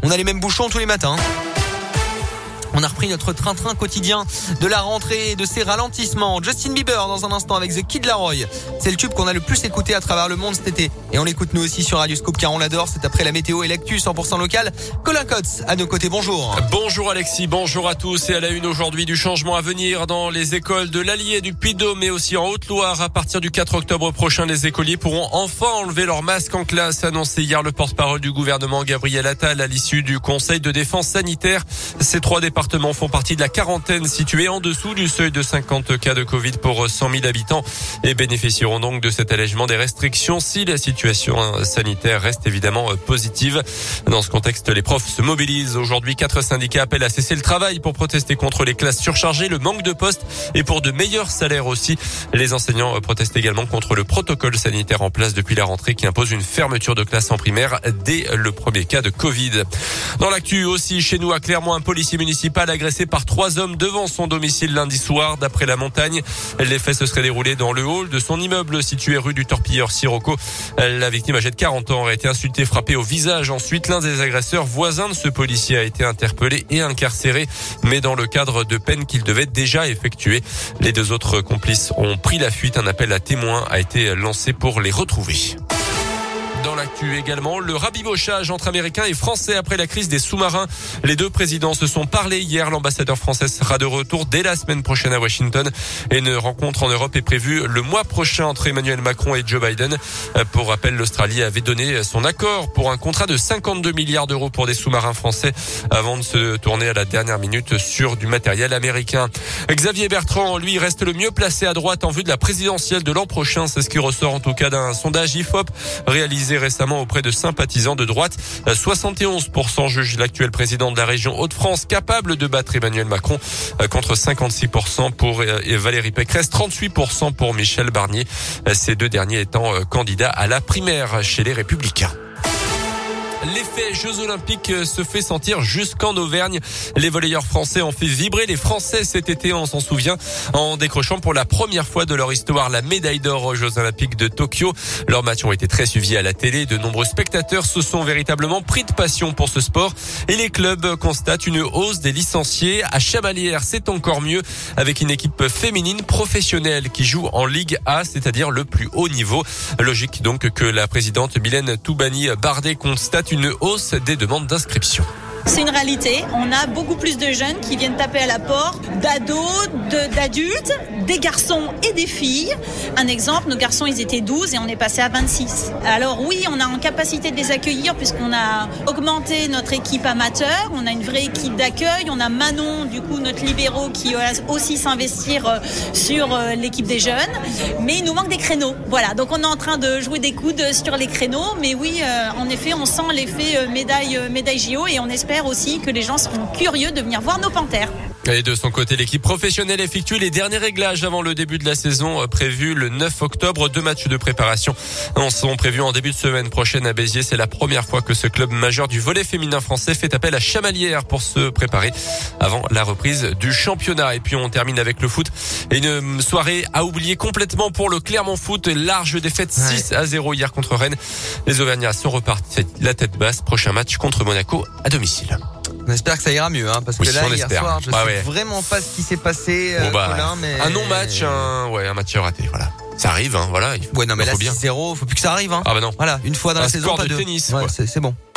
On a les mêmes bouchons tous les matins. On a repris notre train-train quotidien de la rentrée et de ses ralentissements. Justin Bieber dans un instant avec The Kid Laroi. C'est le tube qu'on a le plus écouté à travers le monde cet été. Et on l'écoute nous aussi sur Radio Scoop car on l'adore. C'est après la météo et l'actu 100% local. Colin Cotes à nos côtés, bonjour. Bonjour Alexis, bonjour à tous. Et à la une aujourd'hui du changement à venir dans les écoles de l'Allier, du Puy-de-Dôme mais aussi en Haute-Loire. À partir du 4 octobre prochain, les écoliers pourront enfin enlever leur masque en classe. Annoncé hier le porte-parole du gouvernement Gabriel Attal à l'issue du Conseil de défense sanitaire. Ces 3 départements font partie de la quarantaine située en dessous du seuil de 50 cas de Covid pour 100 000 habitants et bénéficieront donc de cet allègement des restrictions si la situation sanitaire reste évidemment positive. Dans ce contexte, les profs se mobilisent. Aujourd'hui, 4 syndicats appellent à cesser le travail pour protester contre les classes surchargées, le manque de postes et pour de meilleurs salaires aussi. Les enseignants protestent également contre le protocole sanitaire en place depuis la rentrée qui impose une fermeture de classe en primaire dès le premier cas de Covid. Dans l'actu aussi, chez nous à Clermont, un policier municipal agressé par 3 hommes devant son domicile lundi soir. D'après La Montagne, les faits se seraient déroulés dans le hall de son immeuble situé rue du Torpilleur Sirocco. La victime âgée de 40 ans aurait été insultée, frappée au visage. Ensuite, l'un des agresseurs voisins de ce policier a été interpellé et incarcéré, mais dans le cadre de peines qu'il devait déjà effectuer. Les 2 autres complices ont pris la fuite. Un appel à témoins a été lancé pour les retrouver. Dans l'actu également, le rabibochage entre Américains et Français après la crise des sous-marins. Les 2 présidents se sont parlé hier. L'ambassadeur français sera de retour dès la semaine prochaine à Washington. Et une rencontre en Europe est prévue le mois prochain entre Emmanuel Macron et Joe Biden. Pour rappel, l'Australie avait donné son accord pour un contrat de 52 milliards d'euros pour des sous-marins français avant de se tourner à la dernière minute sur du matériel américain. Xavier Bertrand, lui, reste le mieux placé à droite en vue de la présidentielle de l'an prochain. C'est ce qui ressort en tout cas d'un sondage IFOP réalisé récemment auprès de sympathisants de droite. 71% jugent l'actuel président de la région Hauts-de-France capable de battre Emmanuel Macron contre 56% pour Valérie Pécresse, 38% pour Michel Barnier. Ces 2 derniers étant candidats à la primaire chez les Républicains. L'effet Jeux Olympiques se fait sentir jusqu'en Auvergne. Les volleyeurs français ont fait vibrer les Français cet été, on s'en souvient, en décrochant pour la première fois de leur histoire la médaille d'or aux Jeux Olympiques de Tokyo. Leurs matchs ont été très suivis à la télé. De nombreux spectateurs se sont véritablement pris de passion pour ce sport. Et les clubs constatent une hausse des licenciés. À Chamalières, c'est encore mieux avec une équipe féminine professionnelle qui joue en Ligue A, c'est-à-dire le plus haut niveau. Logique donc que la présidente Mylène Toubani-Bardet constate une hausse des demandes d'inscription. C'est une réalité. On a beaucoup plus de jeunes qui viennent taper à la porte, d'ados, d'adultes, des garçons et des filles. Un exemple, nos garçons, ils étaient 12 et on est passé à 26. Alors oui, on a en capacité de les accueillir puisqu'on a augmenté notre équipe amateur. On a une vraie équipe d'accueil. On a Manon, du coup, notre libéraux qui va aussi s'investir sur l'équipe des jeunes. Mais il nous manque des créneaux. Voilà, donc on est en train de jouer des coudes sur les créneaux. Mais oui, en effet, on sent l'effet médaille JO et on espère aussi que les gens seront curieux de venir voir nos panthères. Et de son côté, l'équipe professionnelle effectue les derniers réglages avant le début de la saison prévu le 9 octobre. 2 matchs de préparation sont prévus en début de semaine prochaine à Béziers. C'est la première fois que ce club majeur du volley féminin français fait appel à Chamalières pour se préparer avant la reprise du championnat. Et puis on termine avec le foot. Et une soirée à oublier complètement pour le Clermont Foot. Large défaite 6-0 hier contre Rennes. Les Auvergnats sont repartis la tête basse. Prochain match contre Monaco à domicile. On espère que ça ira mieux, parce que là, hier soir, je sais vraiment pas ce qui s'est passé, Colin, mais... Un non-match, un match raté, voilà. Ça arrive, voilà. Ouais, non, mais là, 6-0, faut plus que ça arrive, Ah bah non. Voilà, une fois dans la saison, sport pas de deux. tennis, ouais, c'est bon.